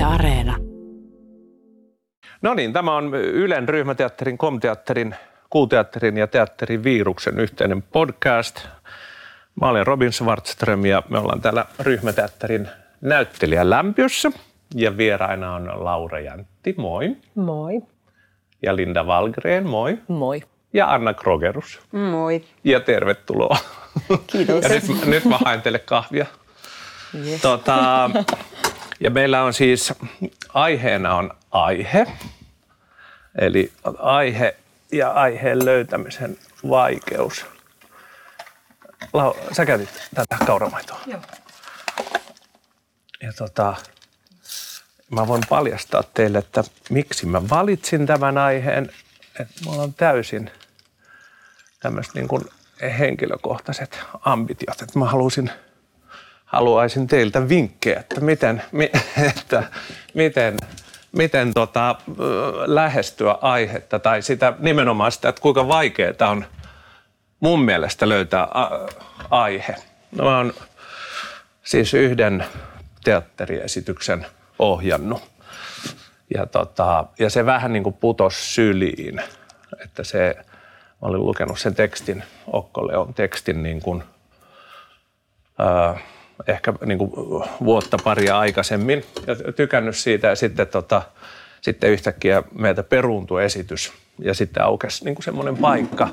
Yle Areena. No niin, tämä on Ylen ryhmäteatterin, Komteatterin, Kuuteatterin ja Teatterin Viruksen yhteinen podcast. Mä olen Robin Svartström ja me ollaan täällä ryhmäteatterin näyttelijälämpiössä. Ja vieraina on Laura Jäntti, moi. Moi. Ja Linda Wahlgren, moi. Moi. Ja Anna Krogerus. Moi. Ja tervetuloa. Kiitos. Ja nyt mä haen teille kahvia. Yes. Ja meillä on siis, aiheena on aihe. Eli aihe ja aiheen löytämisen vaikeus. Sä käytit tätä kauramaitoa. Joo. Ja mä voin paljastaa teille, että miksi mä valitsin tämän aiheen. Että mulla on täysin tämmöiset niin kuin henkilökohtaiset ambitiot. Että mä haluaisin teiltä vinkkejä, että miten lähestyä aihetta tai sitä nimenomaan sitä, että kuinka vaikeaa on mun mielestä löytää aihe. No, mä oon siis yhden teatteriesityksen ohjannut ja se vähän niin kuin putosi syliin, että mä olin lukenut sen tekstin, Okko Leon tekstin niin kuin, ehkä niin kuin vuotta paria aikaisemmin ja tykännyt siitä ja sitten yhtäkkiä meiltä peruuntui esitys ja sitten aukesi niin kuin semmoinen paikka,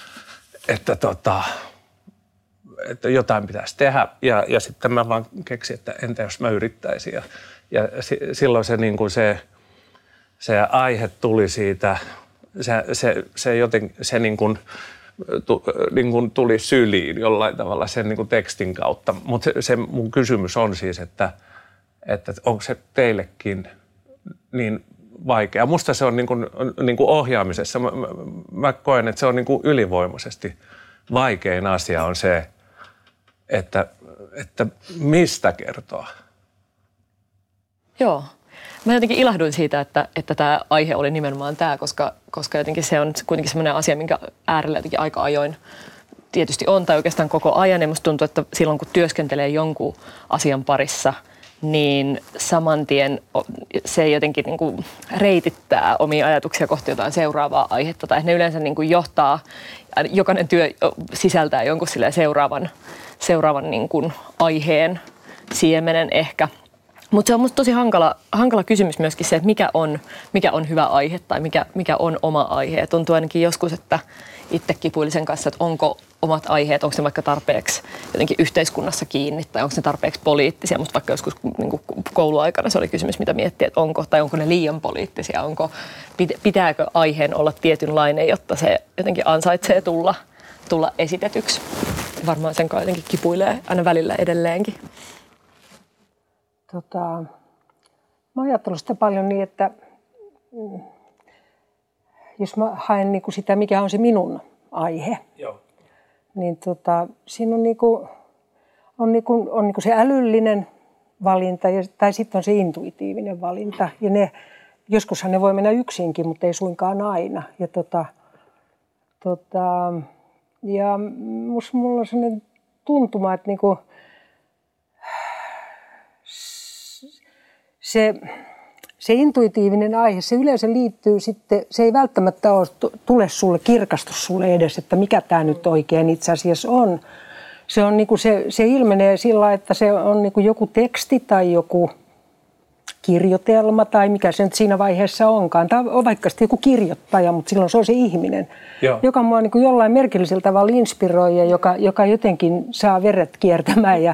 että jotain pitäisi tehdä ja sitten mä vaan keksin, että entä jos mä yrittäisin ja silloin se niin kuin se aihe tuli siitä, se niin kuin tuli syliin jollain tavalla sen niin kuin tekstin kautta. Mutta se mun kysymys on siis, että onko se teillekin niin vaikea. Musta se on niin kuin ohjaamisessa. Mä koen, että se on niin kuin ylivoimaisesti vaikein asia on se, että mistä kertoa. Joo. Mä jotenkin ilahduin siitä, että tämä aihe oli nimenomaan tämä, koska jotenkin se on kuitenkin semmoinen asia, minkä äärellä jotenkin aika ajoin tietysti on, tai oikeastaan koko ajan. Ja musta tuntuu, että silloin kun työskentelee jonkun asian parissa, niin saman tien se jotenkin niin kuin reitittää omia ajatuksia kohti jotain seuraavaa aihetta. Tai ne yleensä niin kuin johtaa, jokainen työ sisältää jonkun seuraavan niin kuin aiheen siemenen ehkä. Mutta se on musta tosi hankala kysymys myöskin se, että mikä on hyvä aihe tai mikä on oma aihe. Ja tuntuu ainakin joskus, että itse kipuilin sen kanssa, että onko omat aiheet, onko ne vaikka tarpeeksi jotenkin yhteiskunnassa kiinni tai onko ne tarpeeksi poliittisia. Musta vaikka joskus niin kuin kouluaikana se oli kysymys, mitä miettii, että onko ne liian poliittisia, pitääkö aiheen olla tietynlainen, jotta se jotenkin ansaitsee tulla esitetyksi. Varmaan sen kanssa jotenkin kipuilee aina välillä edelleenkin. Mä oon ajatellut sitä paljon niin, että jos mä haen niinku sitä, mikä on se minun aihe, Joo. niin siinä on se älyllinen valinta tai sitten on se intuitiivinen valinta. Ja joskushan ne voi mennä yksinkin, mutta ei suinkaan aina. Ja mulla on sellainen tuntuma, että niinku, se intuitiivinen aihe, se yleensä liittyy sitten, se ei välttämättä kirkastu sulle edes, että mikä tämä nyt oikein itse asiassa on. Se on niinku se ilmenee sillä, että se on niinku joku teksti tai joku kirjoitelma tai mikä se nyt siinä vaiheessa onkaan. Tai on vaikka sitten joku kirjoittaja, mutta silloin se on se ihminen, joka mua niinku jollain merkillisellä tavalla inspiroi ja joka jotenkin saa veret kiertämään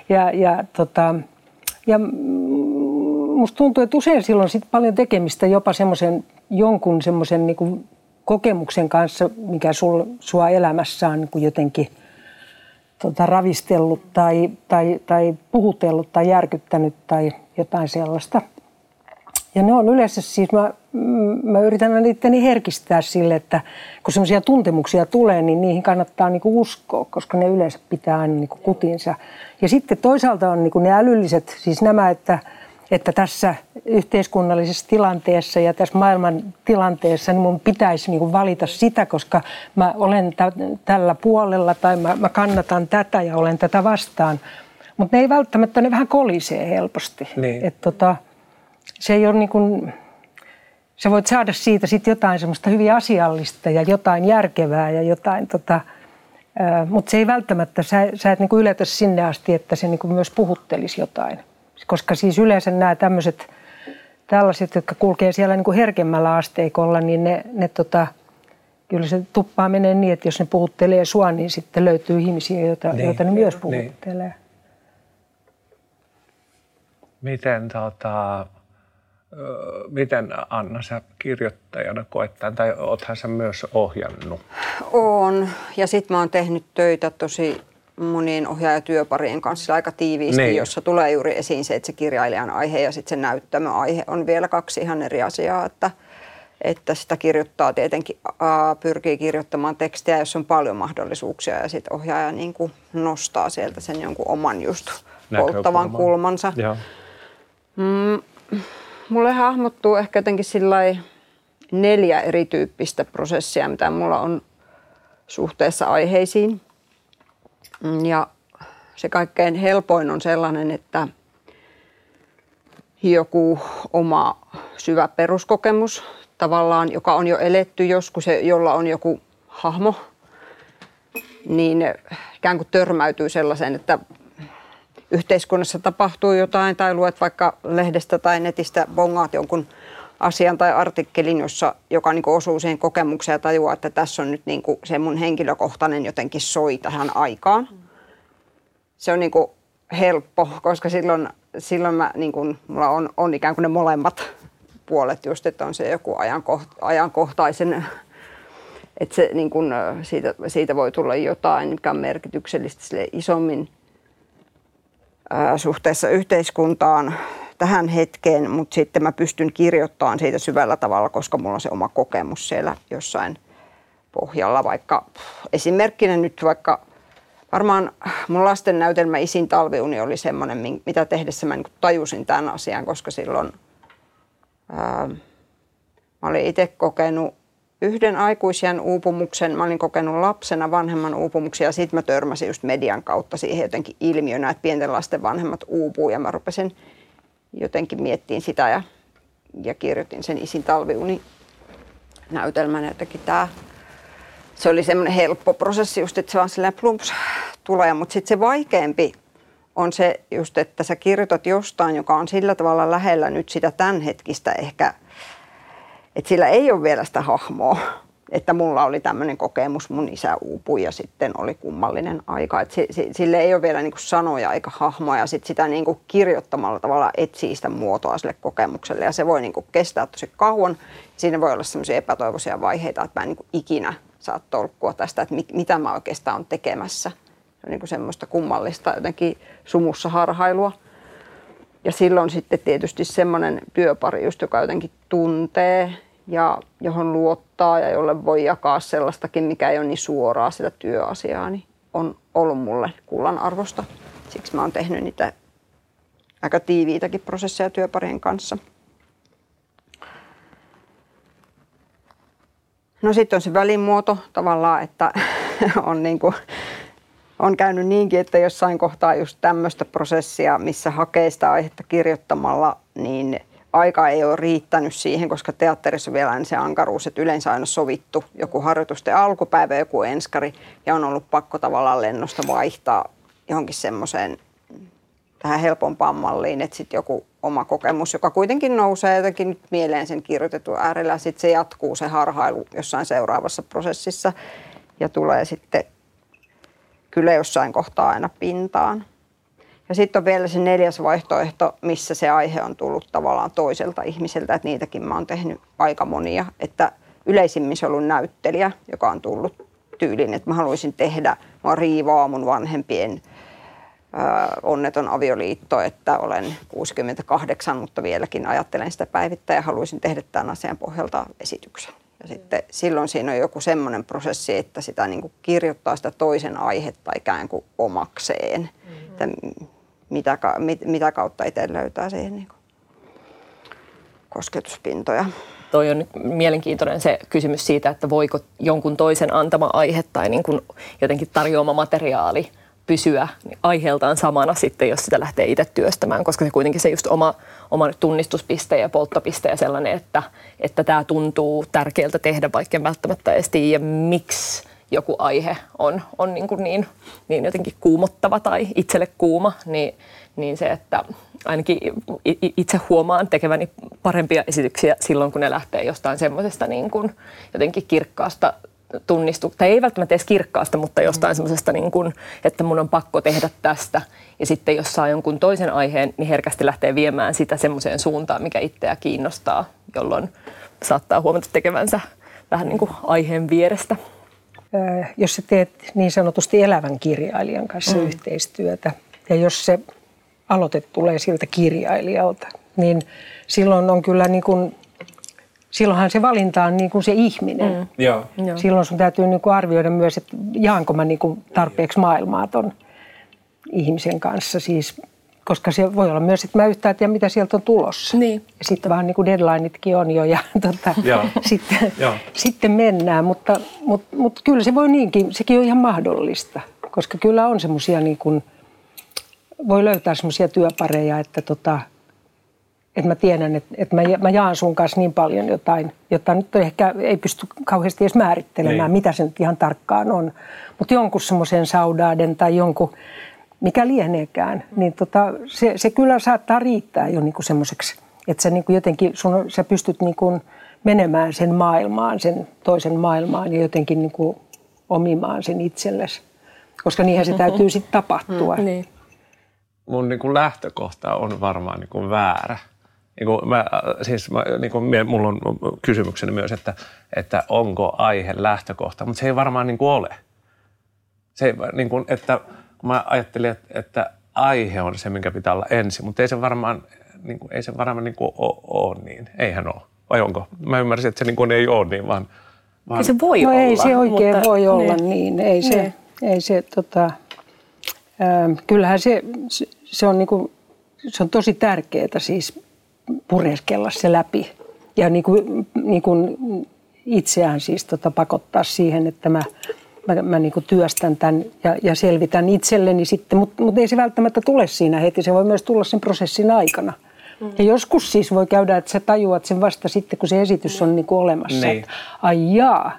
ja musta tuntuu, että usein silloin sit paljon tekemistä jopa jonkun semmoisen niinku kokemuksen kanssa, mikä sua elämässä on niinku jotenkin ravistellut tai puhutellut tai järkyttänyt tai jotain sellaista. Ja ne on yleensä siis, mä yritän aina itteni herkistää sille, että kun semmoisia tuntemuksia tulee, niin niihin kannattaa niinku uskoa, koska ne yleensä pitää aina niinku kutinsa. Ja sitten toisaalta on niinku ne älylliset, siis nämä, että tässä yhteiskunnallisessa tilanteessa ja tässä maailman tilanteessa niin mun pitäisi niinku valita sitä, koska mä olen tällä puolella tai mä kannatan tätä ja olen tätä vastaan. Mutta ne ei välttämättä, ne vähän kolisee helposti. Niin. se ei ole niin kuin, sä voit saada siitä sit jotain semmoista hyvin asiallista ja jotain järkevää ja jotain mutta se ei välttämättä, sä et niin kuin yletä sinne asti, että se niin kuin myös puhuttelisi jotain. Koska siis yleensä nämä tällaiset, jotka kulkee siellä niin kuin herkemmällä asteikolla, niin ne kyllä se tuppaa menee niin, että jos ne puhuttelee sua, niin sitten löytyy ihmisiä, joita ne myös puhuttelee. Niin. Miten Anna sä kirjoittajana koet tämän, tai oothan sä myös ohjannut? Oon, ja sitten mä oon tehnyt töitä tosi monien ohjaajatyöparien kanssa aika tiiviisti, niin. Jossa tulee juuri esiin se, että se kirjailijan aihe ja sitten se näyttämöaihe on vielä kaksi ihan eri asiaa, että sitä kirjoittaa tietenkin, pyrkii kirjoittamaan tekstiä, jos on paljon mahdollisuuksia ja sitten ohjaaja niin kuin nostaa sieltä sen jonkun oman just polttavan kulmansa. Mulle hahmottuu ehkä jotenkin sillai 4 erityyppistä prosessia, mitä mulla on suhteessa aiheisiin. Ja se kaikkein helpoin on sellainen, että joku oma syvä peruskokemus tavallaan, joka on jo eletty joskus, jolla on joku hahmo, niin ikään kuin törmäytyy sellaiseen, että yhteiskunnassa tapahtuu jotain tai luet vaikka lehdestä tai netistä, bongaat jonkun asian tai artikkelin, joka niin kuin osuu siihen kokemukseen ja tajuaa, että tässä on nyt niin kuin se mun henkilökohtainen jotenkin soi tähän aikaan. Se on niin kuin helppo, koska silloin mä, niin kuin, mulla on ikään kuin ne molemmat puolet just, että on se joku ajankohtaisen, että se, niin kuin, siitä voi tulla jotain, mikä on merkityksellistä sille isommin suhteessa yhteiskuntaan tähän hetkeen, mutta sitten mä pystyn kirjoittamaan siitä syvällä tavalla, koska mulla on se oma kokemus siellä jossain pohjalla. Vaikka esimerkkinä nyt vaikka varmaan mun lasten näytelmä Isin talviuni oli semmoinen, mitä tehdessä mä niin kuin tajusin tämän asian, koska silloin mä olin itse kokenut yhden aikuisiän uupumuksen, mä olin kokenut lapsena vanhemman uupumuksia ja sitten mä törmäsin just median kautta siihen jotenkin ilmiönä, että pienten lasten vanhemmat uupuu ja mä rupesin jotenkin miettimään sitä ja kirjoitin sen Isin talviuni näytelmän jotenkin se oli semmoinen helppo prosessi just, että se vaan silleen plumps tulee, mutta sitten se vaikeampi on se just, että sä kirjoitat jostain, joka on sillä tavalla lähellä nyt sitä tämänhetkistä ehkä, että sillä ei ole vielä sitä hahmoa, että mulla oli tämmöinen kokemus, mun isä uupui ja sitten oli kummallinen aika. Että sille ei ole vielä niinku sanoja eikä hahmoa ja sit sitä niinku kirjoittamalla tavalla etsii sitä muotoa sille kokemukselle. Ja se voi niinku kestää tosi kauan. Siinä voi olla semmoisia epätoivoisia vaiheita, että mä en niinku ikinä saa tolkkua tästä, että mitä mä oikeastaan olen tekemässä. Se on niinku semmoista kummallista jotenkin sumussa harhailua. Ja silloin sitten tietysti semmoinen työpari, just, joka jotenkin tuntee ja johon luottaa ja jolle voi jakaa sellaistakin, mikä ei ole niin suoraa sitä työasiaa, niin on ollut mulle kullan arvosta. Siksi mä oon tehnyt niitä aika tiiviitäkin prosesseja työparien kanssa. No sitten on se välimuoto tavallaan, että on käynyt niinkin, että jossain kohtaa just tämmöistä prosessia, missä hakee sitä aihetta kirjoittamalla, niin aika ei ole riittänyt siihen, koska teatterissa on vielä se ankaruus, että yleensä aina sovittu joku harjoitusten alkupäivä, joku enskari, ja on ollut pakko tavallaan lennosta vaihtaa johonkin semmoiseen tähän helpompaan malliin, että sitten joku oma kokemus, joka kuitenkin nousee jotenkin nyt mieleen sen kirjoitetun äärellä, sitten se jatkuu se harhailu jossain seuraavassa prosessissa ja tulee sitten kyllä jossain kohtaa aina pintaan. Ja sitten on vielä se 4. vaihtoehto, missä se aihe on tullut tavallaan toiselta ihmiseltä, että niitäkin mä oon tehnyt aika monia. Että yleisimmin se on ollut näyttelijä, joka on tullut tyyliin, että mä haluaisin tehdä, mä riivaa mun vanhempien onneton avioliitto, että olen 68, mutta vieläkin ajattelen sitä päivittäin ja haluaisin tehdä tämän asian pohjalta esityksen. Ja sitten silloin siinä on joku semmoinen prosessi, että sitä niin kuin kirjoittaa sitä toisen aihetta ikään kuin omakseen. Että mitä kautta itse löytää siihen niin kuin kosketuspintoja. Toi on mielenkiintoinen se kysymys siitä, että voiko jonkun toisen antama aihe tai niin kuin jotenkin tarjoama materiaali pysyä aiheeltaan samana sitten, jos sitä lähtee itse työstämään, koska se kuitenkin se just oma tunnistuspiste ja polttopiste ja sellainen, että tämä tuntuu tärkeältä tehdä, vaikka en välttämättä edes tiedä, miksi joku aihe on niin jotenkin kuumottava tai itselle kuuma, niin se, että ainakin itse huomaan tekeväni parempia esityksiä silloin, kun ne lähtee jostain semmoisesta niin kuin jotenkin kirkkaasta tai ei välttämättä edes kirkkaasta, mutta jostain semmoisesta, niin kuin, että mun on pakko tehdä tästä. Ja sitten jos saa jonkun toisen aiheen, niin herkästi lähtee viemään sitä semmoiseen suuntaan, mikä itseä kiinnostaa, jolloin saattaa huomata tekevänsä vähän niin kuin aiheen vierestä. Jos sä teet niin sanotusti elävän kirjailijan kanssa yhteistyötä, ja jos se aloite tulee siltä kirjailijalta, niin silloin on kyllä niin kuin, silloinhan se valinta on niin kuin se ihminen. Joo. Silloin sun täytyy niin kuin arvioida myös, että jaanko mä niin kuin tarpeeksi maailmaa ton ihmisen kanssa. Siis, koska se voi olla myös, että mä yhtään tiedä, mitä sieltä on tulossa. Niin. Ja sitten vaan niin kuin deadlineitkin on jo ja sitten mennään. Mutta kyllä se voi niinkin, sekin on ihan mahdollista. Koska kyllä on semmoisia, niin kuin, voi löytää semmoisia työpareja, että mä tiedän, että mä jaan sun kanssa niin paljon jotain, jota nyt ehkä ei pysty kauheasti edes määrittelemään, mitä se nyt ihan tarkkaan on. Mutta jonkun semmoisen saudaaden tai jonkun, mikä lieneekään, niin se kyllä saattaa riittää jo niinku semmoiseksi, että sä niinku jotenkin, sä pystyt niinku menemään sen maailmaan, sen toisen maailmaan ja jotenkin niinku omimaan sen itsellesi, koska niinhän se täytyy sitten tapahtua. Niin. Mun niinku lähtökohta on varmaan niinku väärä. Mulla on kysymykseni myös, että onko aihe lähtökohta, mutta se ei varmaan niin kuin ole. Se, niin kuin, että mä ajattelin, että aihe on se, minkä pitää olla ensin, mutta ei se varmaan ole niin. Eihän ole. Vai onko? Mä ymmärsin, että se niin kuin ei ole niin, vaan se voi olla. Ei se oikein mutta, voi olla niin. Kyllähän se on niinku, se on tosi tärkeää siis pureskella se läpi ja niin kuin itseään siis pakottaa siihen, että mä niin kuin työstän tämän ja selvitän itselleni sitten, mutta ei se välttämättä tule siinä heti, se voi myös tulla sen prosessin aikana. Ja joskus siis voi käydä, että sä tajuat sen vasta sitten, kun se esitys on niin kuin olemassa, että ai jaa,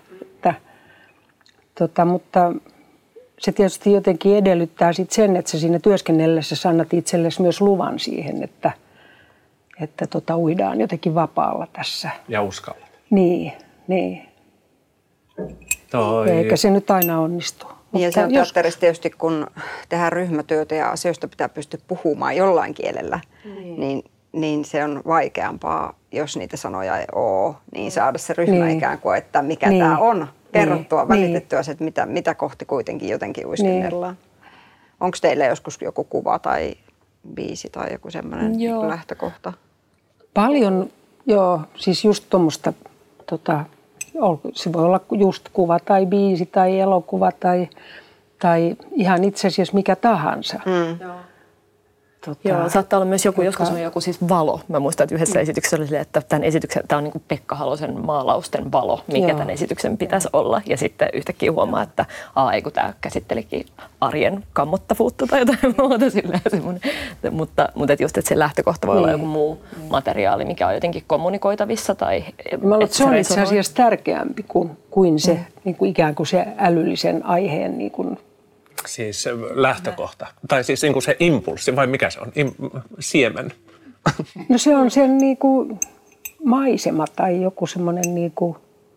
mutta se tietysti jotenkin edellyttää sitten sen, että sä siinä työskennellessä annat itsellesi myös luvan siihen, että uidaan jotenkin vapaalla tässä. Ja uskalla. Niin. Eikä se nyt aina onnistu. Ja se on teatterissa tietysti, kun tehdään ryhmätyötä ja asioista pitää pystyä puhumaan jollain kielellä, niin se on vaikeampaa, jos niitä sanoja ei ole, niin saada se ryhmä ikään kuin, että mikä tämä on, kerrottua, välitettyä se, että mitä kohti kuitenkin jotenkin uiskennellaan. Onko teillä joskus joku kuva tai biisi tai joku semmoinen lähtökohta? Paljon, siis just tuommoista, se voi olla just kuva tai biisi tai elokuva tai ihan itse asiassa mikä tahansa. Joo, saattaa olla myös joskus on joku siis valo. Mä muistan, että yhdessä esityksessä oli silleen, että tämän esityksen, tämä on niin kuin Pekka Halosen maalausten valo, mikä tämän esityksen pitäisi olla. Ja sitten yhtäkkiä huomaa, että kun tämä käsittelikin arjen kammottavuutta tai jotain muuta silleen semmoinen. Mutta just, että se lähtökohta voi olla joku muu materiaali, mikä on jotenkin kommunikoitavissa. Se on itse asiassa tärkeämpi kuin se niin kuin ikään kuin se älyllisen aiheen niin kuin siis lähtökohta. Tai siis niin kuin se impulssi, vai mikä se on? Siemen. No se on sen niin kuin maisema tai joku semmoinen niin kuin,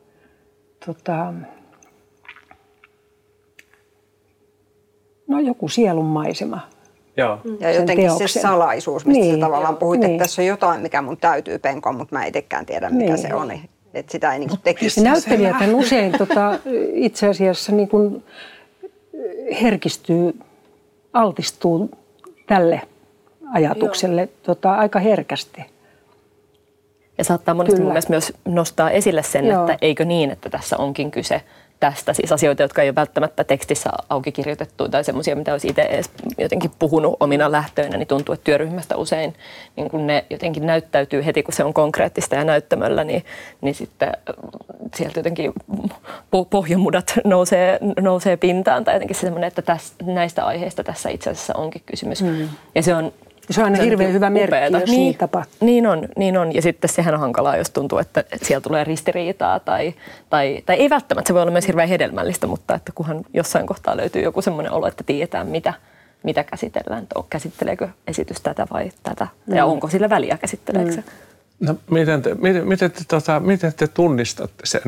joku sielun maisema. Joo. Ja jotenkin se salaisuus, mistä sä tavallaan puhuit, että tässä on jotain, mikä mun täytyy penkoa, mutta mä en itsekään tiedä, mikä se on. Että sitä ei niin kuin tekisi. Näyttelijäthän usein itse asiassa niin kuin herkistyy, altistuu tälle ajatukselle aika herkästi. Ja saattaa monesti mun mielestä myös nostaa esille sen, että eikö niin, että tässä onkin kyse tästä, siis asioita, jotka ei ole välttämättä tekstissä auki kirjoitettu tai semmoisia, mitä olisi itse edes jotenkin puhunut omina lähtöinä, niin tuntuu, että työryhmästä usein niin kun ne jotenkin näyttäytyy heti, kun se on konkreettista ja näyttämöllä, niin sitten sieltä jotenkin pohjamudat nousee pintaan tai jotenkin semmoinen, että näistä aiheista tässä itse asiassa onkin kysymys. Ja se on aina hirveän hyvä merkki, jos niin tapahtuu. Niin on. Ja sitten sehän on hankalaa, jos tuntuu, että siellä tulee ristiriitaa tai ei välttämättä. Se voi olla myös hirveän hedelmällistä, mutta että kunhan jossain kohtaa löytyy joku semmoinen olo, että tiedetään mitä käsitellään. Että käsitteleekö esitys tätä vai tätä ja onko sillä väliä käsitteleekö se. No, miten te tunnistatte sen,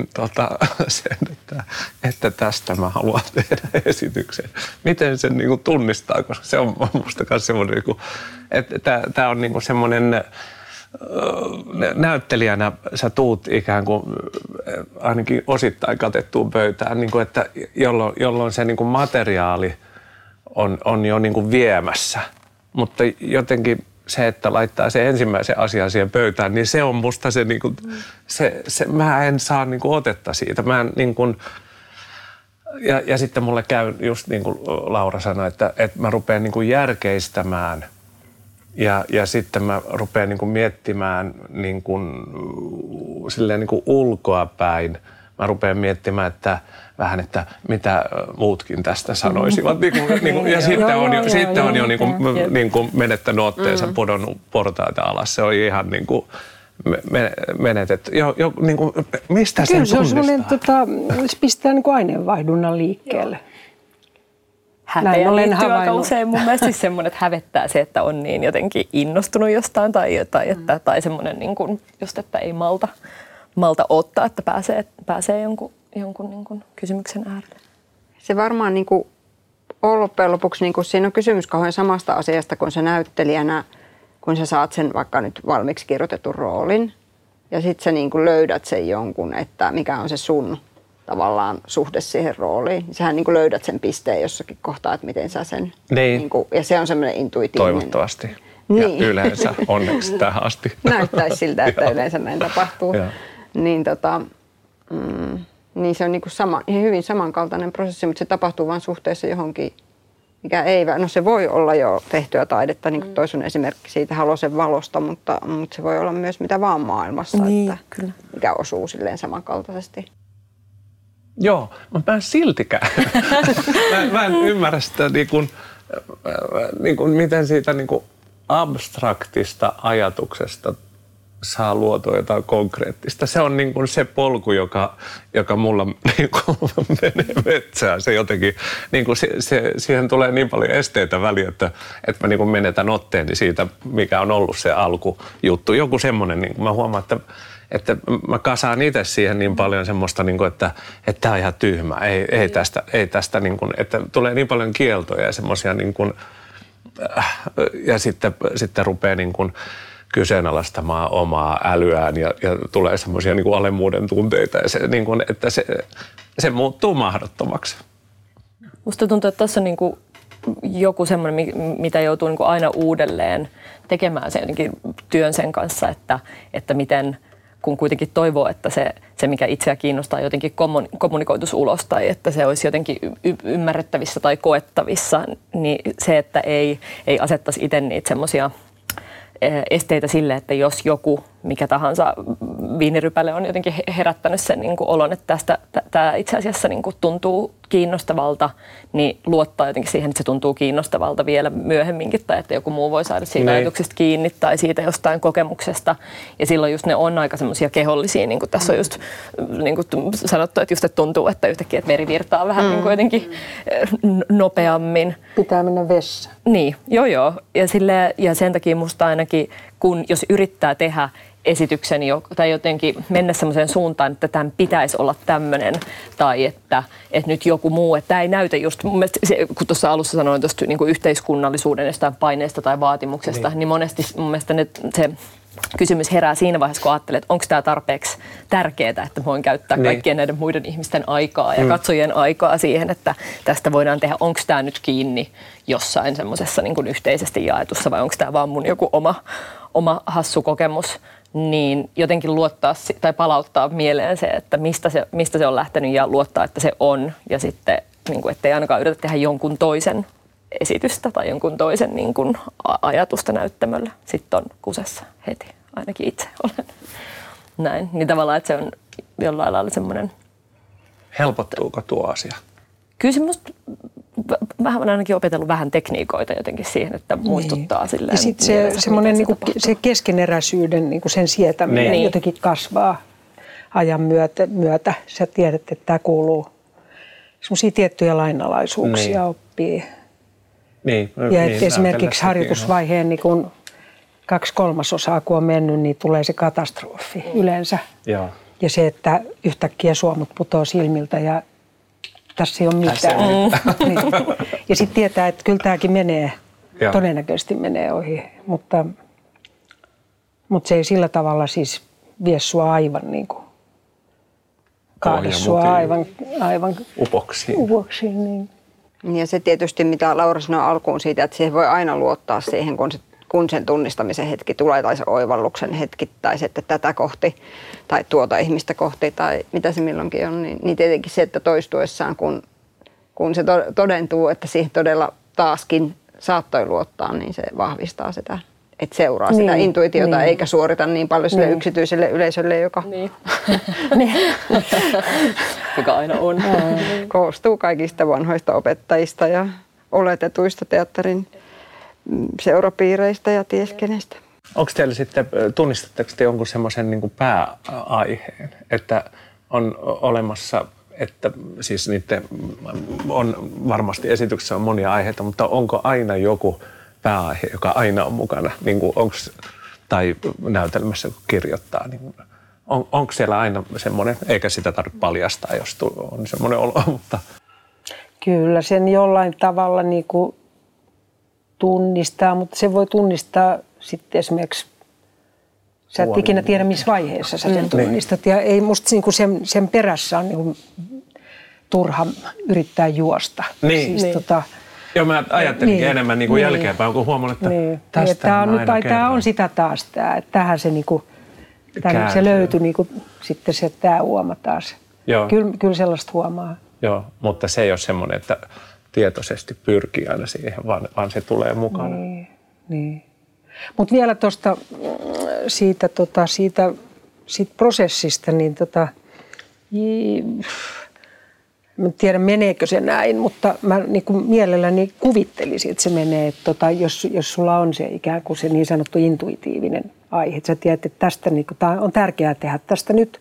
että tästä mä haluan tehdä esityksen? Miten sen niin kuin tunnistaa, koska se on musta myös semmoinen, niin kuin, että tämä on niin kuin semmoinen näyttelijänä sä tuut ikään kuin ainakin osittain katettuun pöytään, niin kuin, että jolloin se niin kuin materiaali on jo niin kuin viemässä, mutta jotenkin se, että laittaa se ensimmäisen asian siihen pöytään, niin se on musta se, niin kuin, mä en saa niin kuin otetta siitä. Mä en, niin kuin, ja sitten mulle käy just niin kuin Laura sanoi, että mä rupean niin kuin järkeistämään ja sitten mä rupean niin kuin miettimään niin kuin, silleen niin kuin ulkoapäin. Mä rupean miettimään, että mitä muutkin tästä sanoisivat. Ja sitten on jo niin kuin menettänyt otteensa, pudonnut portaita alas. Se on ihan niin kuin menetetty. Niin kuin, mistä sen tunnistaa? Se pistää niin kuin aineenvaihdunnan liikkeelle. Häpeä liittyy aika usein mun mielestä siis semmoinen, että hävettää se, että on niin jotenkin innostunut jostain tai semmoinen, niin kuin, just että ei malta ottaa, että pääsee jonkun niin kuin kysymyksen äärelle. Se varmaan niin kuin loppujen lopuksi niin kuin siinä on kysymys kauhean samasta asiasta kuin se näyttelijänä, kun sä saat sen vaikka nyt valmiiksi kirjoitetun roolin ja sitten sä niin kuin löydät sen jonkun, että mikä on se sun tavallaan suhde siihen rooliin. Sähän niin kuin löydät sen pisteen jossakin kohtaa, että miten sä sen... Niin kuin, ja se on semmoinen intuitiivinen... Toivottavasti. Niin. Ja yleensä onneksi tähän asti. Näyttäisi siltä, että yleensä näin tapahtuu. Niin se on niin kuin hyvin samankaltainen prosessi, mutta se tapahtuu vain suhteessa johonkin, mikä ei... No se voi olla jo tehtyä taidetta, niin kuin toi sun esimerkki siitä Halosen valosta, mutta se voi olla myös mitä vaan maailmassa, niin, että kyllä. Mikä osuu silleen samankaltaisesti. Joo, mutta mä en siltikään. mä en ymmärrä sitä, niin kuin, miten siitä niin kuin abstraktista ajatuksesta saa luotua jotain konkreettista. Se on niin kuin se polku, joka mulla niin kuin menee metsään. Se jotenkin, niin kuin siihen tulee niin paljon esteitä väliin, että mä niin kuin menetän otteeni siitä, mikä on ollut se alkujuttu. Joku semmoinen, niin kuin mä huomaan, että mä kasaan itse siihen niin paljon semmoista, niin kuin, että tämä on ihan tyhmä, ei tästä niin kuin, että tulee niin paljon kieltoja ja semmoisia niin kuin, ja sitten rupeaa niin kuin kyseenalaistamaan omaa älyään ja tulee semmoisia niin kuin alemmuuden tunteita ja se, niin kuin, että se muuttuu mahdottomaksi. Musta tuntuu, että tuossa on niin kuin joku semmoinen, mitä joutuu niin kuin aina uudelleen tekemään sen työn sen kanssa, että miten kun kuitenkin toivoo, että se mikä itseä kiinnostaa jotenkin kommunikoitus ulos tai että se olisi jotenkin ymmärrettävissä tai koettavissa, niin se, että ei asettaisi itse niitä semmoisia esteitä sille, että jos joku, mikä tahansa viinirypäle on jotenkin herättänyt sen niin kuin olon, että tämä itse asiassa niin kuin tuntuu kiinnostavalta, niin luottaa jotenkin siihen, että se tuntuu kiinnostavalta vielä myöhemminkin tai että joku muu voi saada siitä ajatuksesta kiinni tai siitä jostain kokemuksesta. Ja silloin just ne on aika semmoisia kehollisia, niin kuin tässä on just niin kuin sanottu, että just että tuntuu, että yhtäkkiä että meri virtaa vähän niin kuin jotenkin nopeammin. Pitää mennä vessaan. Niin, joo. Ja sen takia musta ainakin, jos yrittää tehdä esityksen tai jotenkin mennä semmoiseen suuntaan, että tämän pitäisi olla tämmöinen tai että nyt joku muu, että tämä ei näytä just, mun mielestä, kun tuossa alussa sanoin tuosta niin kuin yhteiskunnallisuuden jostain paineesta tai vaatimuksesta, niin monesti mun mielestä se kysymys herää siinä vaiheessa, kun ajattelee, että onko tämä tarpeeksi tärkeää, että voin käyttää kaikkien näiden muiden ihmisten aikaa ja katsojien aikaa siihen, että tästä voidaan tehdä, onko tämä nyt kiinni jossain semmoisessa niin kuin yhteisesti jaetussa vai onko tämä vaan mun joku oma hassu kokemus, niin jotenkin luottaa tai palauttaa mieleen se, että mistä se on lähtenyt ja luottaa, että se on. Ja sitten, niin kuin, ettei ainakaan yritä tehdä jonkun toisen esitystä tai jonkun toisen niin kuin, ajatusta näyttämöllä. Sitten on kusessa heti, ainakin itse olen näin. Niin tavallaan, että se on jollain lailla semmoinen... Helpottuuko tuo asia? Kyllä se musta vähän on ainakin opetellut vähän tekniikoita jotenkin siihen, että muistuttaa silleen. Ja sitten se keskeneräisyyden niinku sen sietäminen jotenkin kasvaa ajan myötä. Sä tiedät, että tämä kuuluu semmoisia tiettyjä lainalaisuuksia oppii. Ja että esimerkiksi harjoitusvaiheen niin kun 2/3 kun on mennyt, niin tulee se katastrofi yleensä. Ja se, että yhtäkkiä suomut putoaa silmiltä ja tässä ei ole mitään. Niin. Ja sitten tietää, että kyllä tämäkin menee, todennäköisesti menee ohi, mutta se ei sillä tavalla siis vie sua aivan niin kuin, kaada sua aivan upoksiin. Niin. Ja se tietysti, mitä Laura sanoi alkuun siitä, että siihen voi aina luottaa siihen, kun sen tunnistamisen hetki tulee tai se oivalluksen hetki tai se, että tätä kohti tai tuota ihmistä kohti tai mitä se milloinkin on, niin tietenkin se, että toistuessaan, kun se todentuu, että siihen todella taaskin saattoi luottaa, niin se vahvistaa sitä, että seuraa sitä intuitiota eikä suorita niin paljon sille yksityiselle yleisölle, joka joka aina on. Koostuu kaikista vanhoista opettajista ja oletetuista teatterin seurapiireistä ja ties kenestä. Onko teillä sitten, tunnistatteko te jonkun semmoisen niin kuin pääaiheen, että on olemassa, että siis niiden on varmasti esityksessä on monia aiheita, mutta onko aina joku pääaihe, joka aina on mukana, niin kuin tai näytelmässä kun kirjoittaa, niin onko siellä aina semmoinen, eikä sitä tarvitse paljastaa, jos on semmoinen olo, mutta... Kyllä, sen jollain tavalla niin kuin tunnistaa, mutta se voi tunnistaa sitten esimerkiksi, sä et ikinä tiedä missä vaiheessa sä sen tunnistat. Ja ei musta niinku sen perässä on niinku turha yrittää juosta. Niin. Siis joo, mä ajattelinkin enemmän niinku jälkeenpäin, kun huomannut, että tästä on aina tämä on sitä taas tämä, että tähän se niinku, se löytyi niinku sitten se tämä huoma taas. Kyllä sellaista huomaa. Joo, mutta se ei ole semmoinen, että tietoisesti pyrkii aina siihen, vaan se tulee mukana. Niin. Mutta vielä tuosta siitä prosessista, niin en tiedä meneekö se näin, mutta mä niinku mielelläni kuvittelisin, että se menee, että jos sulla on se ikään kuin se niin sanottu intuitiivinen aihe, että sä tiedät, että tästä niinku, on tärkeää tehdä tästä nyt.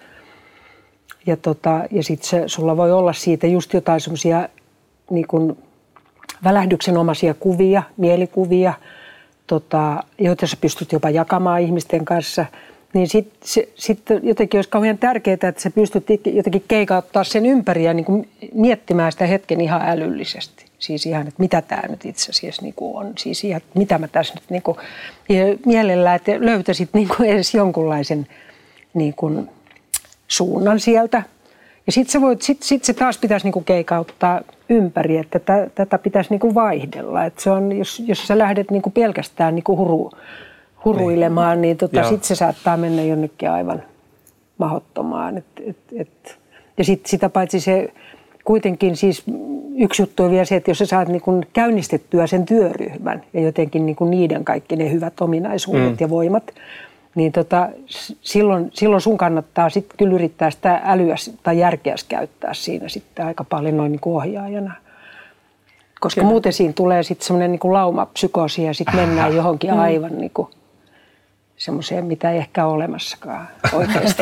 Ja sitten sulla voi olla siitä just jotain semmoisia niin välähdyksenomaisia kuvia, mielikuvia, joita sä pystyt jopa jakamaan ihmisten kanssa, niin sitten jotenkin olisi kauhean tärkeää, että sä pystyt jotenkin keikauttaa sen ympäri ja niin kuin miettimään sitä hetken ihan älyllisesti. Siis ihan, että mitä tämä nyt itse asiassa niin kuin on. Siis ihan, mitä mä tässä nyt niin kuin, mielellään, että löytäisit niin kuin edes jonkunlaisen niin kuin suunnan sieltä. Ja sitten se taas pitäisi niinku keikauttaa ympäri, että tätä pitäisi niinku vaihdella. Että se on, jos sä lähdet niinku pelkästään niinku huruilemaan, niin sitten se saattaa mennä jonnekin aivan mahdottomaan. Ja sitten sitä paitsi se kuitenkin siis yksi juttu on vielä se, että jos sä saat niinku käynnistettyä sen työryhmän ja jotenkin niinku niiden kaikki ne hyvät ominaisuudet ja voimat, niin silloin sun kannattaa sitten kyllä yrittää sitä älyä tai järkeä käyttää siinä sitten aika paljon noin niin kuin ohjaajana. Koska muuten siinä tulee sitten semmoinen niin kuin laumapsykoosi ja sitten mennään johonkin aivan niin kuin semmoiseen, mitä ei ehkä ole olemassakaan oikeasti.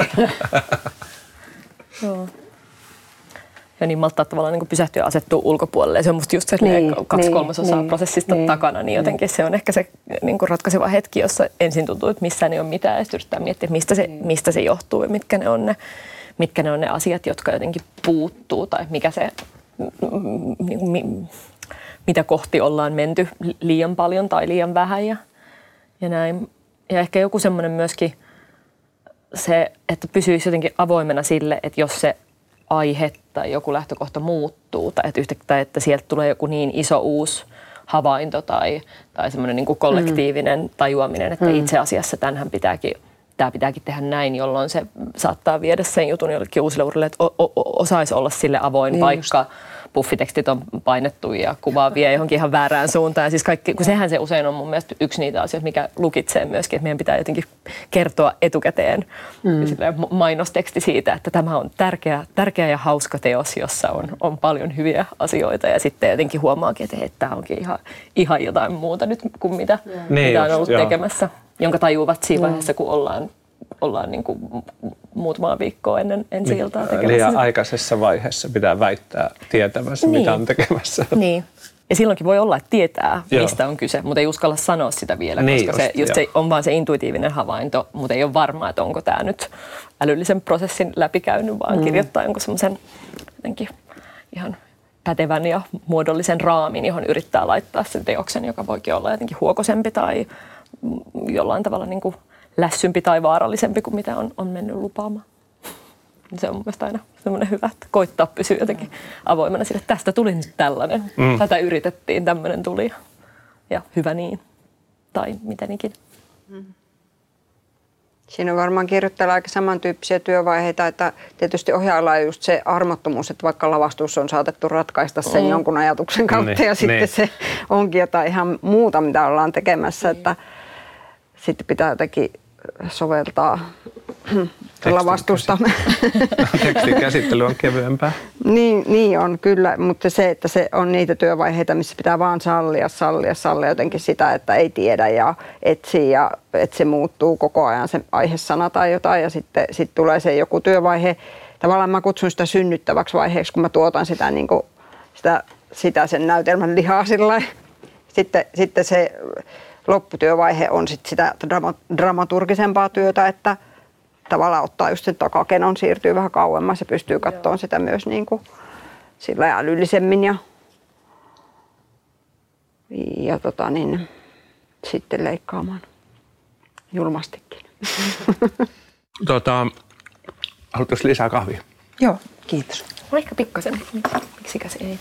Joo. Ja niin malttaa tavallaan niin kuin pysähtyä ja asettua ulkopuolelle. Ja se on musta just se 2/3 prosessista takana, niin jotenkin se on ehkä se niin kuin ratkaiseva hetki, jossa ensin tuntuu, että missään ei ole mitään, ja sitten yritetään miettiä, mistä se johtuu ja mitkä ne on ne asiat, jotka jotenkin puuttuu, tai mikä se, mitä kohti ollaan menty liian paljon tai liian vähän ja näin. Ja ehkä joku semmoinen myöskin se, että pysyisi jotenkin avoimena sille, että jos se aihe tai joku lähtökohta muuttuu tai että sieltä tulee joku niin iso uusi havainto tai semmoinen niin kuin kollektiivinen tajuaminen, että itse asiassa tämä pitääkin tehdä näin, jolloin se saattaa viedä sen jutun jollekin uusille urille, että osaisi olla sille avoin, niin vaikka just puffitekstit on painettu ja kuva vie johonkin ihan väärään suuntaan. Ja siis kun sehän se usein on mun mielestä yksi niitä asioita, mikä lukitsee myöskin, että meidän pitää jotenkin kertoa etukäteen mainosteksti siitä, että tämä on tärkeä ja hauska teos, jossa on paljon hyviä asioita ja sitten jotenkin huomaakin, että tämä onkin ihan jotain muuta nyt kuin mitä on ollut tekemässä, jonka tajuvat siinä vaiheessa, kun ollaan niin kuin muutamaa viikkoa ennen ensi-iltaa tekemässä. Liian aikaisessa vaiheessa pitää väittää tietämässä, mitä on tekemässä. Niin. Ja silloinkin voi olla, että tietää, mistä on kyse, mutta ei uskalla sanoa sitä vielä, koska se on vaan se intuitiivinen havainto, mutta ei ole varmaa, että onko tämä nyt älyllisen prosessin läpikäynyt, vaan kirjoittaa jonkun semmoisen jotenkin ihan pätevän ja muodollisen raamin, johon yrittää laittaa sen teoksen, joka voikin olla jotenkin huokosempi tai jollain tavalla niin kuin lässympi tai vaarallisempi kuin mitä on mennyt lupaamaan. Se on mun mielestä aina semmoinen hyvä, että koittaa pysyä jotenkin avoimena sille, että tästä tuli nyt tällainen. Tätä yritettiin, tämmöinen tuli ja hyvä niin. Tai miten ikinä. Siinä on varmaan kirjoittajalla aika samantyyppisiä työvaiheita, että tietysti ohjaajalla on just se armottomuus, että vaikka lavastus on saatettu ratkaista sen jonkun ajatuksen kautta ja sitten se onkin jotain ihan muuta, mitä ollaan tekemässä, että sitten pitää jotenkin soveltaa lavastusta. Tekstin käsittely on kevyempää. Niin on kyllä, mutta se, että se on niitä työvaiheita, missä pitää vaan sallia jotenkin sitä, että ei tiedä ja etsii ja että se muuttuu koko ajan se aihesana tai jotain ja sitten tulee se joku työvaihe. Tavallaan mä kutsun sitä synnyttäväksi vaiheeksi, kun mä tuotan sitä, niin kuin, sitä sen näytelmän lihaa sillä sitten se lopputyövaihe on sitten sitä dramaturgisempaa työtä, että tavallaan ottaa just sen takakenon, siirtyy vähän kauemmas ja pystyy katsomaan sitä myös niin kuin sillä älyllisemmin ja sitten leikkaamaan julmastikin. Haluatko lisää kahvia? Joo, kiitos. Ehkä pikkasen. Miksikäs ei?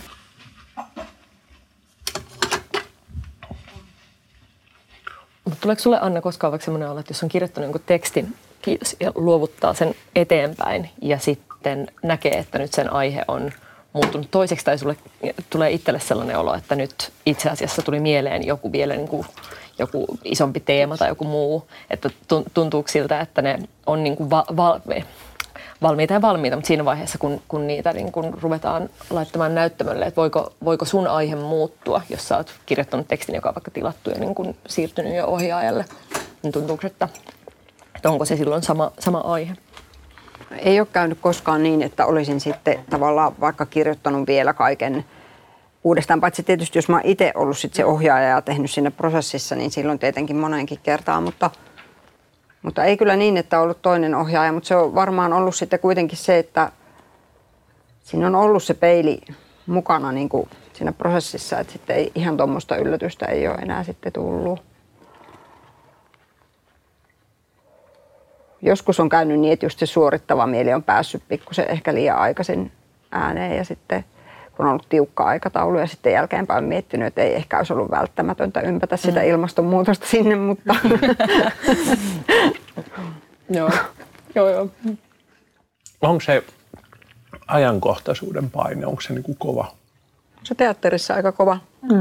Mutta tuleeko sulle, Anna, koskaan vaikka sellainen olo, että jos on kirjoittanut jonkun tekstin ja luovuttaa sen eteenpäin ja sitten näkee, että nyt sen aihe on muuttunut toiseksi tai sulle tulee itselle sellainen olo, että nyt itse asiassa tuli mieleen joku vielä niin kuin joku isompi teema tai joku muu, että tuntuuko siltä, että ne on niin kuin valmiita, mutta siinä vaiheessa, kun niitä niin kun ruvetaan laittamaan näyttämölle, että voiko sun aihe muuttua, jos sä oot kirjoittanut tekstin, joka on vaikka tilattu ja niin kun siirtynyt jo ohjaajalle, niin tuntuuko, että onko se silloin sama aihe? Ei ole käynyt koskaan niin, että olisin sitten tavallaan vaikka kirjoittanut vielä kaiken uudestaan, paitsi tietysti jos mä oon itse ollut sit se ohjaaja ja tehnyt siinä prosessissa, niin silloin tietenkin moneenkin kertaan, mutta ei kyllä niin, että on ollut toinen ohjaaja, mutta se on varmaan ollut sitten kuitenkin se, että siinä on ollut se peili mukana niin kuin siinä prosessissa, että sitten ei ihan tuommoista yllätystä ei ole enää sitten tullut. Joskus on käynyt niin, että just se suorittava mieli on päässyt pikkusen ehkä liian aikaisin ääneen ja sitten kun on ollut tiukka aikataulu ja sitten jälkeenpäin on miettinyt, että ei ehkä olisi ollut välttämätöntä ympätä sitä ilmastonmuutosta sinne, mutta Joo. Onko se ajankohtaisuuden paine, onko se niin kuin kova? Se teatterissa aika kova.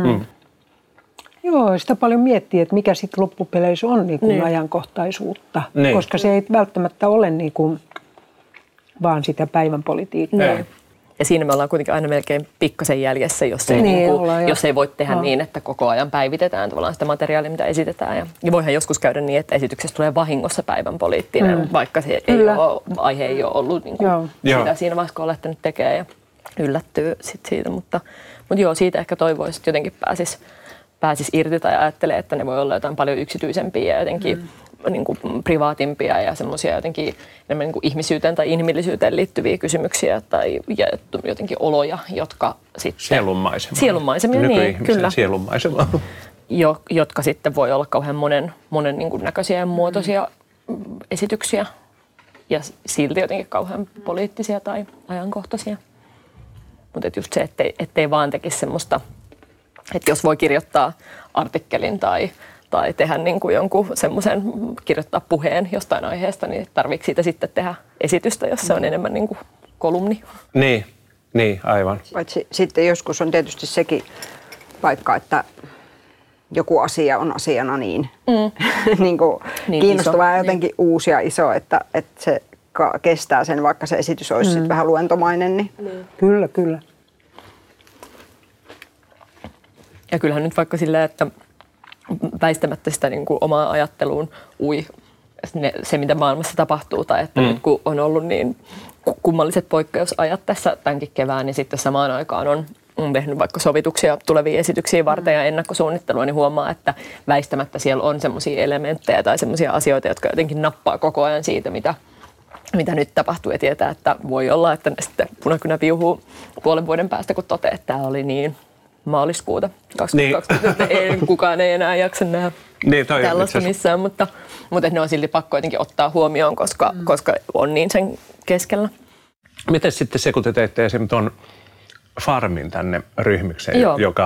Joo, sitä paljon miettii, että mikä sitten loppupeleissä on niin kuin ajankohtaisuutta, koska se ei välttämättä ole niin kuin vaan sitä päivän politiikkaa. Ja siinä me ollaan kuitenkin aina melkein pikkasen jäljessä, jos ei voi tehdä niin, että koko ajan päivitetään tavallaan sitä materiaalia, mitä esitetään. Ja voihan joskus käydä niin, että esityksestä tulee vahingossa päivän poliittinen, vaikka se aihe ei ole ollut niin kuin sitä siinä vaiheessa, kun on lähtenyt tekemään ja yllättyy sit siitä. Mutta joo, siitä ehkä toivoisi, että jotenkin pääsisi irti tai ajattelee, että ne voi olla jotain paljon yksityisempiä ja jotenkin niin kuin privaatimpia ja semmoisia jotenkin enemmän niin kuin ihmisyyteen tai inhimillisyyteen liittyviä kysymyksiä tai jotenkin oloja, jotka sitten sielunmaisemia, niin kyllä. Sielunmaisemaa. Jotka sitten voi olla kauhean monen niin kuin näköisiä ja muotoisia esityksiä ja silti jotenkin kauhean poliittisia tai ajankohtaisia. Mutta just se, ettei vaan tekisi semmoista että jos voi kirjoittaa artikkelin tai tehdä niin kuin jonkun semmoisen, kirjoittaa puheen jostain aiheesta, niin tarviiko siitä sitten tehdä esitystä, jos se on enemmän niin kuin kolumni? Niin, aivan. Paitsi sitten joskus on tietysti sekin vaikka, että joku asia on asiana niin, niin kiinnostava ja jotenkin uusi ja iso, että se kestää sen, vaikka se esitys olisi sitten vähän luentomainen. Niin. Kyllä. Ja kyllähän nyt vaikka silleen, että väistämättä sitä niin kuin omaan ajatteluun se, mitä maailmassa tapahtuu, tai että nyt kun on ollut niin kummalliset poikkeusajat tässä tämänkin kevään, niin sitten samaan aikaan on tehnyt vaikka sovituksia tulevia esityksiä varten ja ennakkosuunnittelua, niin huomaa, että väistämättä siellä on semmoisia elementtejä tai semmoisia asioita, jotka jotenkin nappaa koko ajan siitä, mitä nyt tapahtuu, ja tietää, että voi olla, että sitten punakynä viuhuu puolen vuoden päästä, kun toteaa, että tämä oli niin maaliskuuta 2020, että kukaan ei enää jaksa nähdä tällaista missään, mutta ne on silti pakko jotenkin ottaa huomioon, koska on niin sen keskellä. Miten sitten se, kun te teitte esimerkiksi tuon Farmin tänne ryhmikseen, joka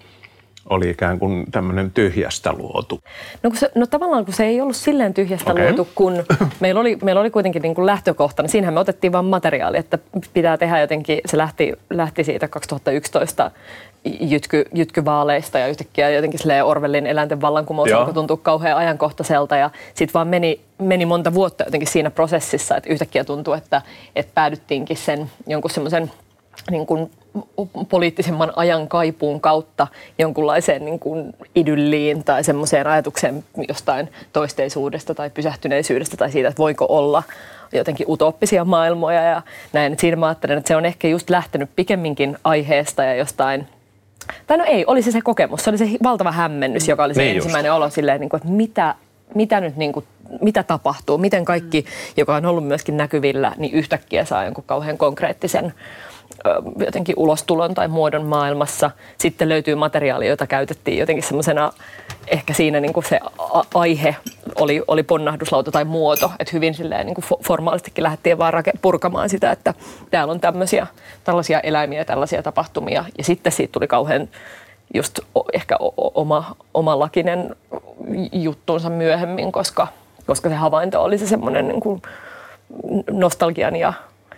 oli ikään kuin tämmöinen tyhjästä luotu? No tavallaan kun se ei ollut silleen tyhjästä luotu, kun meillä oli kuitenkin niin kuin lähtökohtana. Siinähän me otettiin vaan materiaali, että pitää tehdä jotenkin, se lähti siitä 2011 jytkyvaaleista ja yhtäkkiä jotenkin Orwellin eläinten vallankumous alkoi tuntua kauhean ajankohtaiselta ja sitten vaan meni monta vuotta jotenkin siinä prosessissa, että yhtäkkiä tuntui, että päädyttiinkin sen jonkun semmoisen niin kuin poliittisemman ajan kaipuun kautta jonkunlaiseen niin kuin idylliin tai semmoiseen ajatukseen jostain toisteisuudesta tai pysähtyneisyydestä tai siitä, että voiko olla jotenkin utooppisia maailmoja ja näin. Siinä mä ajattelen, että se on ehkä just lähtenyt pikemminkin aiheesta ja jostain, tai no ei, oli se kokemus, se oli se valtava hämmennys, joka oli se ensimmäinen olo silleen, että mitä nyt niin kuin, mitä tapahtuu, miten kaikki, joka on ollut myöskin näkyvillä, niin yhtäkkiä saa jonkun kauhean konkreettisen jotenkin ulostulon tai muodon maailmassa. Sitten löytyy materiaalia, jota käytettiin jotenkin semmoisena, ehkä siinä niin kuin se aihe oli ponnahduslauta tai muoto, että hyvin silleen niin kuin formaalistikin lähdettiin vaan purkamaan sitä, että täällä on tällaisia eläimiä, tällaisia tapahtumia, ja sitten siitä tuli kauhean just ehkä omalakinen juttuunsa myöhemmin, koska se havainto oli se semmoinen niin kuin nostalgian ja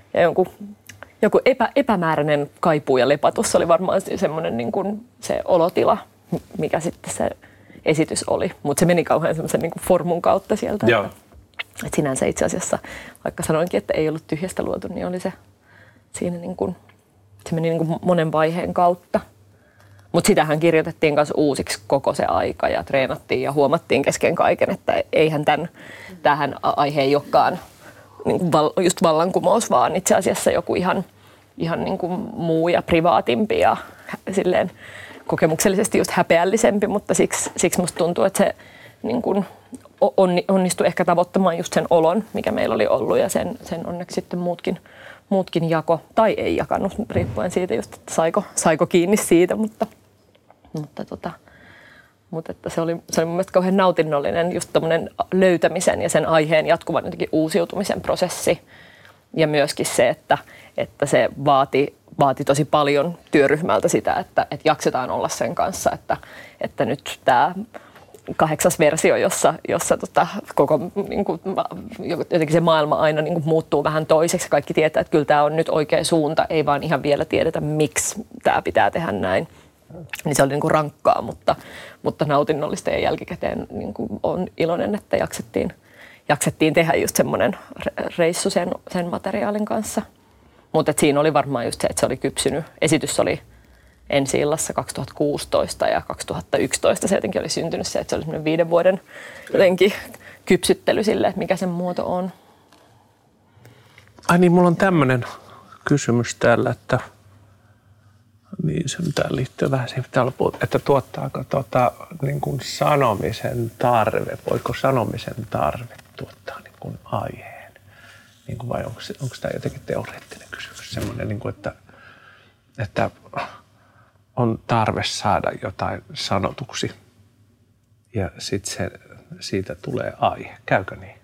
joku epämääräinen kaipuu ja lepatus oli varmaan semmoinen niin kuin se olotila, mikä sitten se esitys oli. Mutta se meni kauhean semmoisen niin kuin formun kautta sieltä. Että sinänsä itse asiassa, vaikka sanoinkin, että ei ollut tyhjästä luotu, niin oli se siinä niin kuin, se meni niin kuin monen vaiheen kautta. Mutta sitähän kirjoitettiin myös uusiksi koko se aika ja treenattiin ja huomattiin kesken kaiken, että eihän tähän aihe ei olekaan niin kuin just vallankumous, vaan itse asiassa joku ihan niin kuin muu ja privaatimpi ja silleen kokemuksellisesti just häpeällisempi, mutta siksi musta tuntuu, että se niin kuin onnistui ehkä tavoittamaan just sen olon, mikä meillä oli ollut ja sen onneksi sitten muutkin jako tai ei jakanut, riippuen siitä just, että saiko kiinni siitä, mutta että se oli mun mielestä kauhean nautinnollinen just tommoinen löytämisen ja sen aiheen jatkuvan jotenkin uusiutumisen prosessi. Ja myöskin se, että se vaati tosi paljon työryhmältä sitä, että jaksetaan olla sen kanssa, että nyt tämä 8. versio, jossa koko niin kuin, jotenkin se maailma aina niin kuin muuttuu vähän toiseksi. Kaikki tietää, että kyllä tämä on nyt oikea suunta, ei vaan ihan vielä tiedetä, miksi tämä pitää tehdä näin. Niin se oli niin kuin rankkaa, mutta nautinnollista ja jälkikäteen niin kuin on iloinen, että jaksettiin tehdä just semmoinen reissu sen materiaalin kanssa. Mutta siinä oli varmaan just se, että se oli kypsynyt. Esitys oli ensi-illassa 2016 ja 2011 se jotenkin oli syntynyt se, että se oli semmoinen 5 vuoden jotenkin kypsyttely sille, että mikä sen muoto on. Ai niin, mulla on tämmöinen kysymys täällä, että niin se täällä liittyy vähän siihen, että tuottaako niin kuin sanomisen tarve, voiko sanomisen tarve tuottaa niin kuin aiheen? Niin kuin vai onko tämä jotenkin teoreettinen kysymys? Semmoinen, niin kuin, että on tarve saada jotain sanotuksi ja sitten siitä tulee aihe. Käykö niin?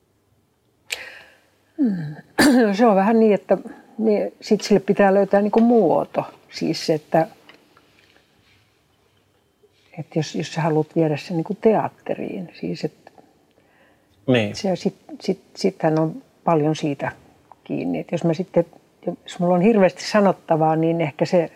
Se on vähän niin, että sitten sille pitää löytää niin kuin muoto. Siis, että Että jos sä haluat viedä sen niin kuin teatteriin, siis että Niin. sittenhän on paljon siitä kiinni. Että jos mulla on hirveästi sanottavaa, niin ehkä se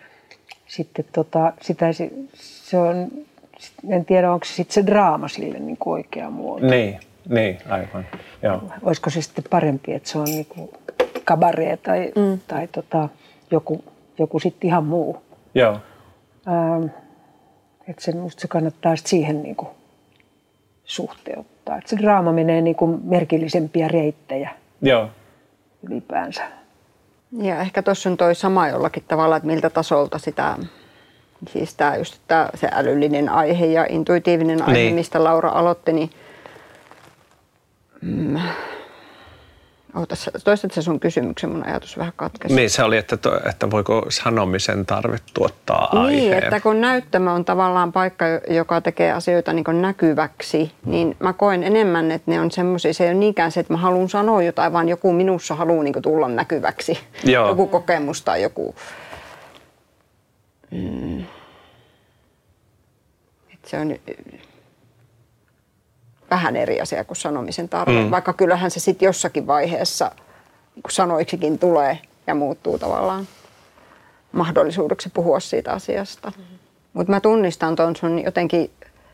on, en tiedä onko se sitten se draama sille niin kuin oikea muoto. Niin, aivan. Joo. Olisiko se sitten parempi, että se on niin kuin kabaree tai joku sitten ihan muu. Joo. Että musta se kannattaa siihen niin kuin suhteuttaa. Että se draama menee niin kuin merkillisempiä reittejä Joo. ylipäänsä. Ja ehkä tuossa on toi sama jollakin tavalla, että miltä tasolta sitä, siis se älyllinen aihe ja intuitiivinen aihe, niin. Mistä Laura aloitti, niin toistat se sun kysymyksen, mun ajatus vähän katkesi. Niin, se oli, että voiko sanomisen tarve tuottaa aiheen. Niin, että kun näyttämö on tavallaan paikka, joka tekee asioita niin kuin näkyväksi, niin mä koen enemmän, että ne on semmoisia, se ei ole niinkään se, että mä haluan sanoa jotain, vaan joku minussa haluaa niin kuin tulla näkyväksi. Joo. Joku kokemus tai joku. Että se on vähän eri asia kuin sanomisen tarve, vaikka kyllähän se sitten jossakin vaiheessa niin kuin sanoiksikin tulee ja muuttuu tavallaan mahdollisuudeksi puhua siitä asiasta. Mutta mä tunnistan ton sun jotenkin,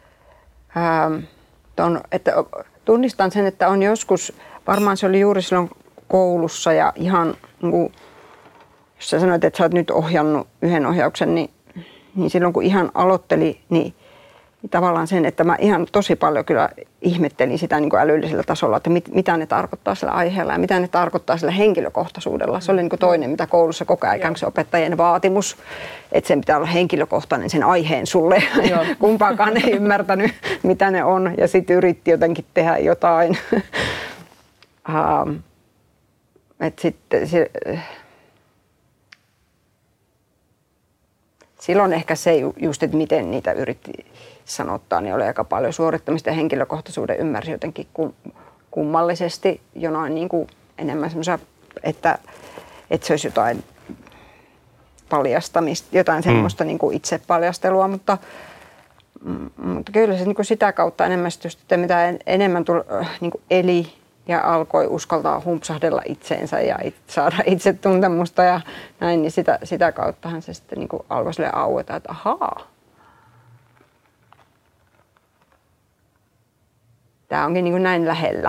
että tunnistan sen, että on joskus, varmaan se oli juuri silloin koulussa ja ihan, niin kuin, jos sä sanoit, että sä oot nyt ohjannut yhden ohjauksen, niin silloin kun ihan aloitteli, niin tavallaan sen, että mä ihan tosi paljon kyllä ihmettelin sitä niin kuin älyllisellä tasolla, että mitä ne tarkoittaa sillä aiheella ja mitä ne tarkoittaa sillä henkilökohtaisuudella. Se oli niin kuin toinen, mitä koulussa koko ajan se opettajien vaatimus, että sen pitää olla henkilökohtainen sen aiheen sulle. Kumpaakaan ei ymmärtänyt, mitä ne on ja sitten yritti jotenkin tehdä jotain. Silloin ehkä se just, että miten niitä yritti sanottaa, niin oli aika paljon suorittamista ja henkilökohtaisuuden ymmärsi jotenkin kummallisesti jonain niin kuin enemmän semmoisia, että se olisi jotain paljastamista, jotain semmoista niin kuin itsepaljastelua, mutta kyllä se niin kuin sitä kautta enemmän sitten mitä enemmän niin kuin eli ja alkoi uskaltaa humpsahdella itseensä ja saada itsetuntemusta ja näin, niin sitä kauttahan se sitten niin kuin alkoi sille aueta, että ahaa. Tämä onkin niin kuin näin lähellä.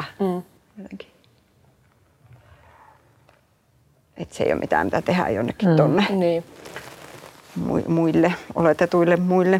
Että se ei ole mitään, mitä tehdään jonnekin tonne muille, oletetuille muille.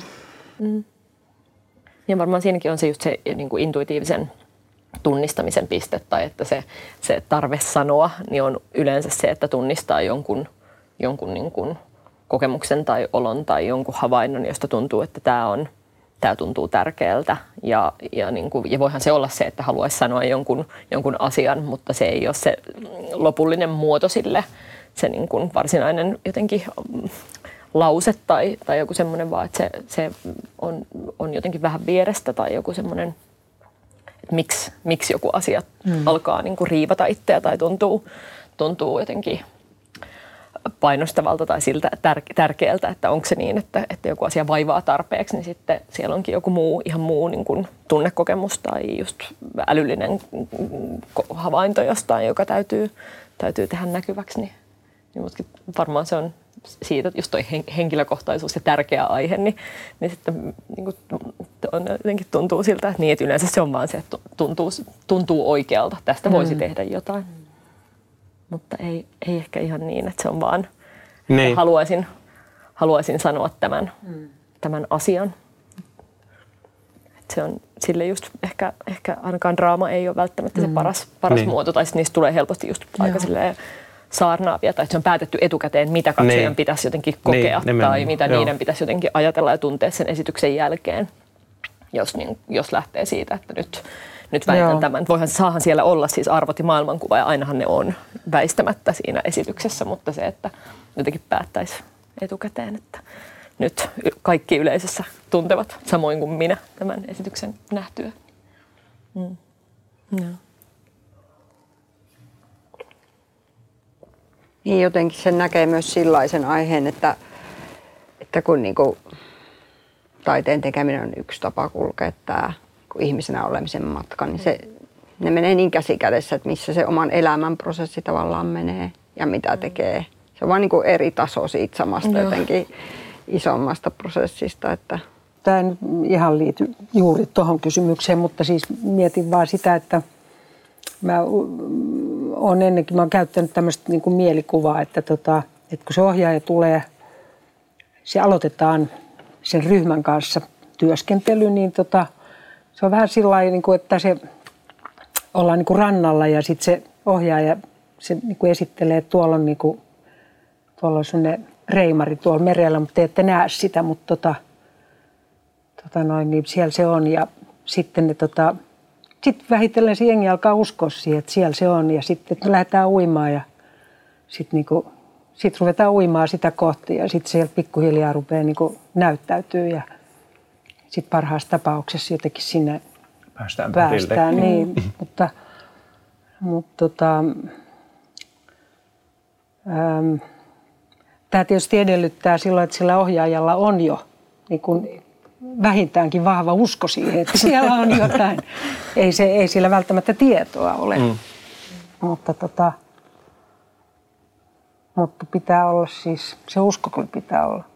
Ja varmaan siinäkin on se just se niin kuin intuitiivisen tunnistamisen piste, tai että se tarve sanoa niin on yleensä se, että tunnistaa jonkun niin kuin kokemuksen tai olon tai jonkun havainnon, josta tuntuu, että tämä tuntuu tärkeältä. Ja voihan se olla se, että haluaisi sanoa jonkun asian, mutta se ei ole se lopullinen muoto sille, se niin kuin varsinainen jotenkin lause tai joku semmoinen, vaan että se on jotenkin vähän vierestä tai joku semmoinen, että miksi joku asia alkaa niin kuin riivata itseä tai tuntuu jotenkin painostavalta tai siltä tärkeältä, että onko se niin, että joku asia vaivaa tarpeeksi, niin sitten siellä onkin joku ihan muu niin kuin tunnekokemus tai just älyllinen havainto jostain, joka täytyy tehdä näkyväksi. Niin varmaan se on siitä, just toi henkilökohtaisuus ja tärkeä aihe, niin sitten niin kuin, jotenkin tuntuu siltä, että yleensä se on vaan se, että tuntuu oikealta. Tästä voisi tehdä jotain. Mutta ei ehkä ihan niin, että se on vaan, että haluaisin sanoa tämän asian. Että se on sille just ehkä ainakaan draama ei ole välttämättä se paras muoto, tai niistä tulee helposti just aika silleen saarnaavia, tai se on päätetty etukäteen, mitä katsojan pitäisi jotenkin kokea, tai mitä niiden pitäisi jotenkin ajatella ja tuntea sen esityksen jälkeen, jos lähtee siitä, että nyt väitän tämän. Saahan siellä olla siis arvot ja maailmankuva, ja ainahan ne on väistämättä siinä esityksessä, mutta se, että jotenkin päättäisi etukäteen, että nyt kaikki yleisössä tuntevat samoin kuin minä tämän esityksen nähtyä. Niin jotenkin sen näkee myös sellaisen aiheen, että kun niinku, taiteen tekeminen on yksi tapa kulkea tämä ihmisenä olemisen matka, niin ne menee niin käsikädessä, että missä se oman elämän prosessi tavallaan menee ja mitä tekee. Se on vain niin kuin eri taso siitä samasta jotenkin isommasta prosessista. Että. Tämä ei ihan liity juuri tuohon kysymykseen, mutta siis mietin vaan sitä, että mä oon käyttänyt tämmöistä niin kuin mielikuvaa, että kun se ohjaaja tulee, se aloitetaan sen ryhmän kanssa työskentely, niin se on vähän sillä lailla, niin kuin, että se ollaan niin kuin rannalla ja sitten se ohjaaja se niin kuin esittelee, että tuolla on sellainen reimari tuolla merellä, mutta te ette näe sitä, mutta niin siellä se on ja sitten ne sitten vähitellen se jengi alkaa uskoa siihen, että siellä se on ja sitten me lähdetään uimaan ja sitten sit ruvetaan uimaan sitä kohti ja sitten sieltä pikkuhiljaa rupeaa näyttäytyy ja sitten parhaassa tapauksessa jotenkin sinne päästään. Niin, mutta tämä tietysti edellyttää silloin, että sillä ohjaajalla on jo niin kuin vähintäänkin vahva usko siihen, että siellä on jotain. Ei sillä välttämättä tietoa ole, mutta pitää olla siis, se usko kyllä pitää olla.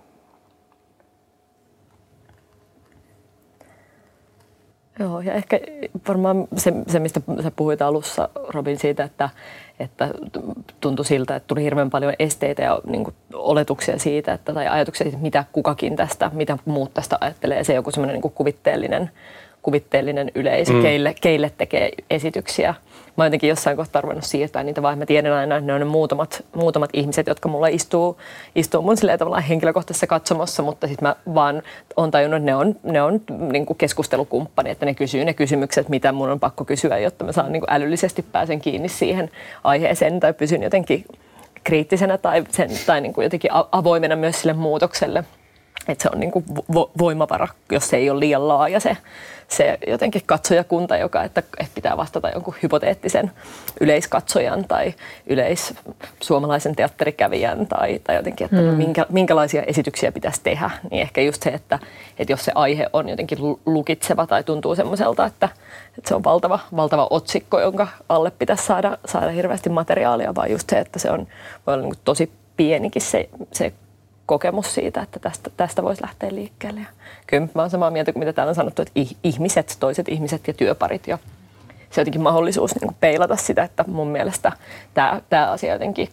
Joo, ja ehkä varmaan se mistä sä puhuit alussa, Robin, siitä, että tuntui siltä, että tuli hirveän paljon esteitä ja niin kuin oletuksia siitä, tai ajatuksia siitä, mitä kukakin tästä, mitä muut tästä ajattelee. Se joku semmoinen niin kuin kuvitteellinen yleisö, keille tekee esityksiä. Mä oon jotenkin jossain kohtaa ruvennut siirtää niitä, vaan mä tiedän aina, että ne on ne muutamat ihmiset, jotka mulla istuu mun silleen tavallaan henkilökohtaisessa katsomossa, mutta sitten mä vaan oon tajunnut, että ne on niin kuin keskustelukumppani, että ne kysyy ne kysymykset, mitä mun on pakko kysyä, jotta mä saan niin kuin älyllisesti pääsen kiinni siihen aiheeseen tai pysyn jotenkin kriittisenä tai niin kuin jotenkin avoimena myös sille muutokselle. Että se on niin kuin voimavara, jos se ei ole liian laaja se jotenkin katsojakunta, että pitää vastata jonkun hypoteettisen yleiskatsojan tai suomalaisen teatterikävijän tai jotenkin, että minkälaisia esityksiä pitäisi tehdä. Niin ehkä just se, että jos se aihe on jotenkin lukitseva tai tuntuu semmoiselta, että se on valtava otsikko, jonka alle pitäisi saada hirveästi materiaalia, vaan just se, että se voi olla niin kuin tosi pienikin se kokemus siitä, että tästä voisi lähteä liikkeelle. Ja kyllä mä olen samaa mieltä kuin mitä täällä on sanottu, että toiset ihmiset ja työparit ja se jotenkin mahdollisuus niin kuin peilata sitä, että mun mielestä tämä asia jotenkin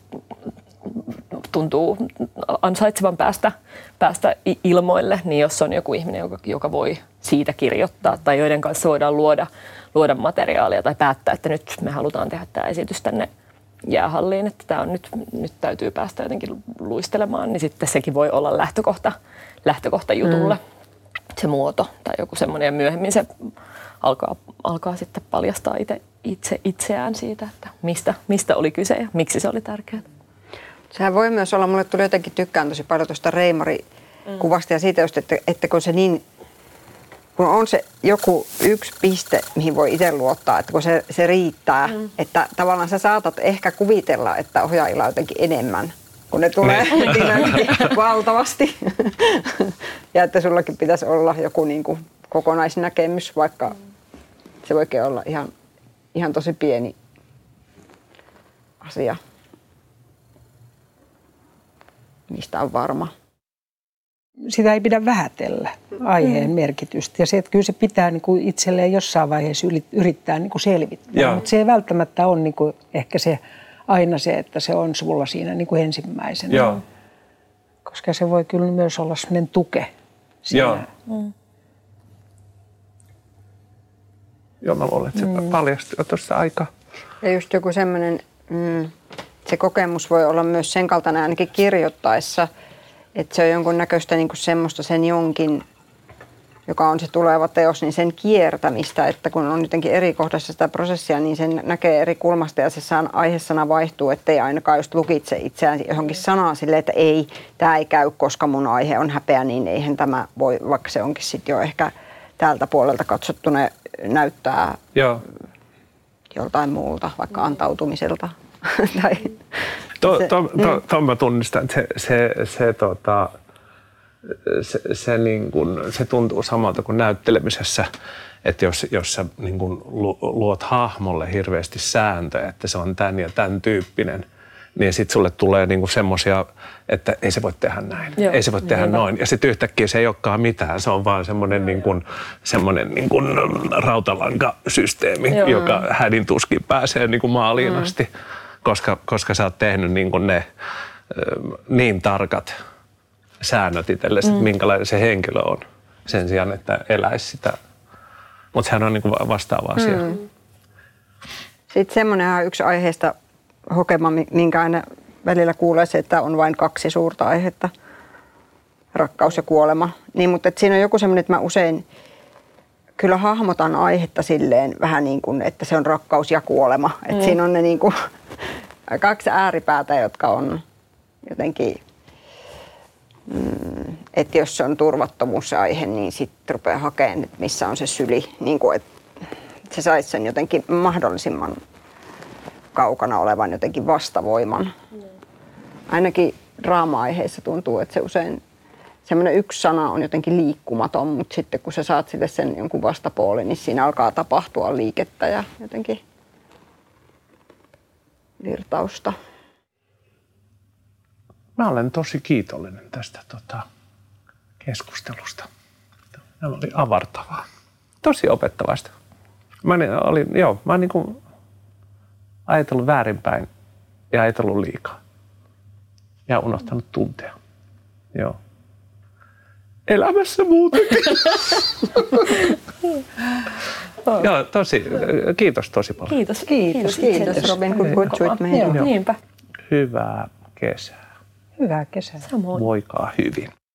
tuntuu ansaitsevan päästä ilmoille, niin jos on joku ihminen, joka voi siitä kirjoittaa tai joiden kanssa voidaan luoda materiaalia tai päättää, että nyt me halutaan tehdä tämä esitys tänne jäähalliin, että tämä on nyt täytyy päästä jotenkin luistelemaan, niin sitten sekin voi olla lähtökohta jutulle, se muoto tai joku semmoinen, ja myöhemmin se alkaa sitten paljastaa itseään siitä, että mistä oli kyse ja miksi se oli tärkeää. Sehän voi myös olla, mulle tuli jotenkin tykkään tosi paljon tuosta Reimari-kuvasta ja siitä just, että kun se niin, kun on se joku yksi piste, mihin voi itse luottaa, että kun se riittää, että tavallaan sä saatat ehkä kuvitella, että ohjaajilla on jotenkin enemmän, kun ne tulee valtavasti. Ja että sullakin pitäisi olla joku niin kuin kokonaisnäkemys, vaikka se voikin olla ihan tosi pieni asia, mistä on varma. Sitä ei pidä vähätellä, aiheen merkitystä. Ja se, että kyllä se pitää niin kuin itselleen jossain vaiheessa yrittää niin kuin selvittää. Mutta se ei välttämättä ole niin kuin ehkä aina se, että se on sulla siinä niin kuin ensimmäisenä. Joo. Koska se voi kyllä myös olla sellainen tuke siinä. Joo. Joo, mä luulen, että se paljastui jo tuossa aika. Ja just joku semmoinen, se kokemus voi olla myös sen kaltainen ainakin kirjoittaessa, että se on jonkunnäköistä niin kuin semmoista sen jonkin, joka on se tuleva teos, niin sen kiertämistä, että kun on jotenkin eri kohdassa sitä prosessia, niin sen näkee eri kulmasta ja se aihesana vaihtuu, ettei ainakaan just lukitse itseään johonkin sanaan silleen, että ei, tämä ei käy, koska mun aihe on häpeä, niin eihän tämä voi, vaikka se onkin sitten jo ehkä täältä puolelta katsottuna näyttää joltain muulta, vaikka antautumiselta. Tuon mä tunnistan, että se tuntuu samalta kuin näyttelemisessä, että jos sä niin kuin luot hahmolle hirveästi sääntöjä, että se on tämän ja tämän tyyppinen, niin sitten sulle tulee niinku semmoisia, että ei se voi tehdä näin, ei se voi tehdä noin. Ja sitten yhtäkkiä se ei olekaan mitään, se on vaan semmoinen niinku rautalankasysteemi, joka hädin tuskin pääsee niinku maaliin asti, koska sä oot tehnyt niinku ne niin tarkat säännöt itsellesi, että minkälainen se henkilö on, sen sijaan, että eläisi sitä. Mutta sehän on niinku vastaava asia. Sitten semmoinen yksi aiheesta hokema, minkä aina välillä kuulee se, että on vain 2 suurta aihetta, rakkaus ja kuolema. Niin, mutta siinä on joku semmoinen, että mä usein kyllä hahmotan aihetta silleen vähän niin kuin, että se on rakkaus ja kuolema. Että siinä on ne niin kuin 2 ääripäätä, jotka on jotenkin, että jos se on turvattomuus se aihe, niin sitten rupeaa hakemaan, että missä on se syli, niin kuin, että se saisi sen jotenkin mahdollisimman kaukana olevan jotenkin vastavoiman. Ainakin draama-aiheissa tuntuu, että se usein semmoinen yksi sana on jotenkin liikkumaton, mutta sitten kun sä saat sille sen jonkun vastapuolin, niin siinä alkaa tapahtua liikettä ja jotenkin virtausta. Mä olen tosi kiitollinen tästä keskustelusta. Tämä oli avartavaa. Tosi opettavaista. Mä oon niin kuin ajatellut väärinpäin ja ajatellut liikaa. Ja unohtanut tuntea. Joo. Elämässä muutenkin. Joo, kiitos tosi paljon. Kiitos Robin, kun kutsuit meitä. Niinpä. Hyvää kesää. Hyvää kesää. Samoin. Voikaa hyvin.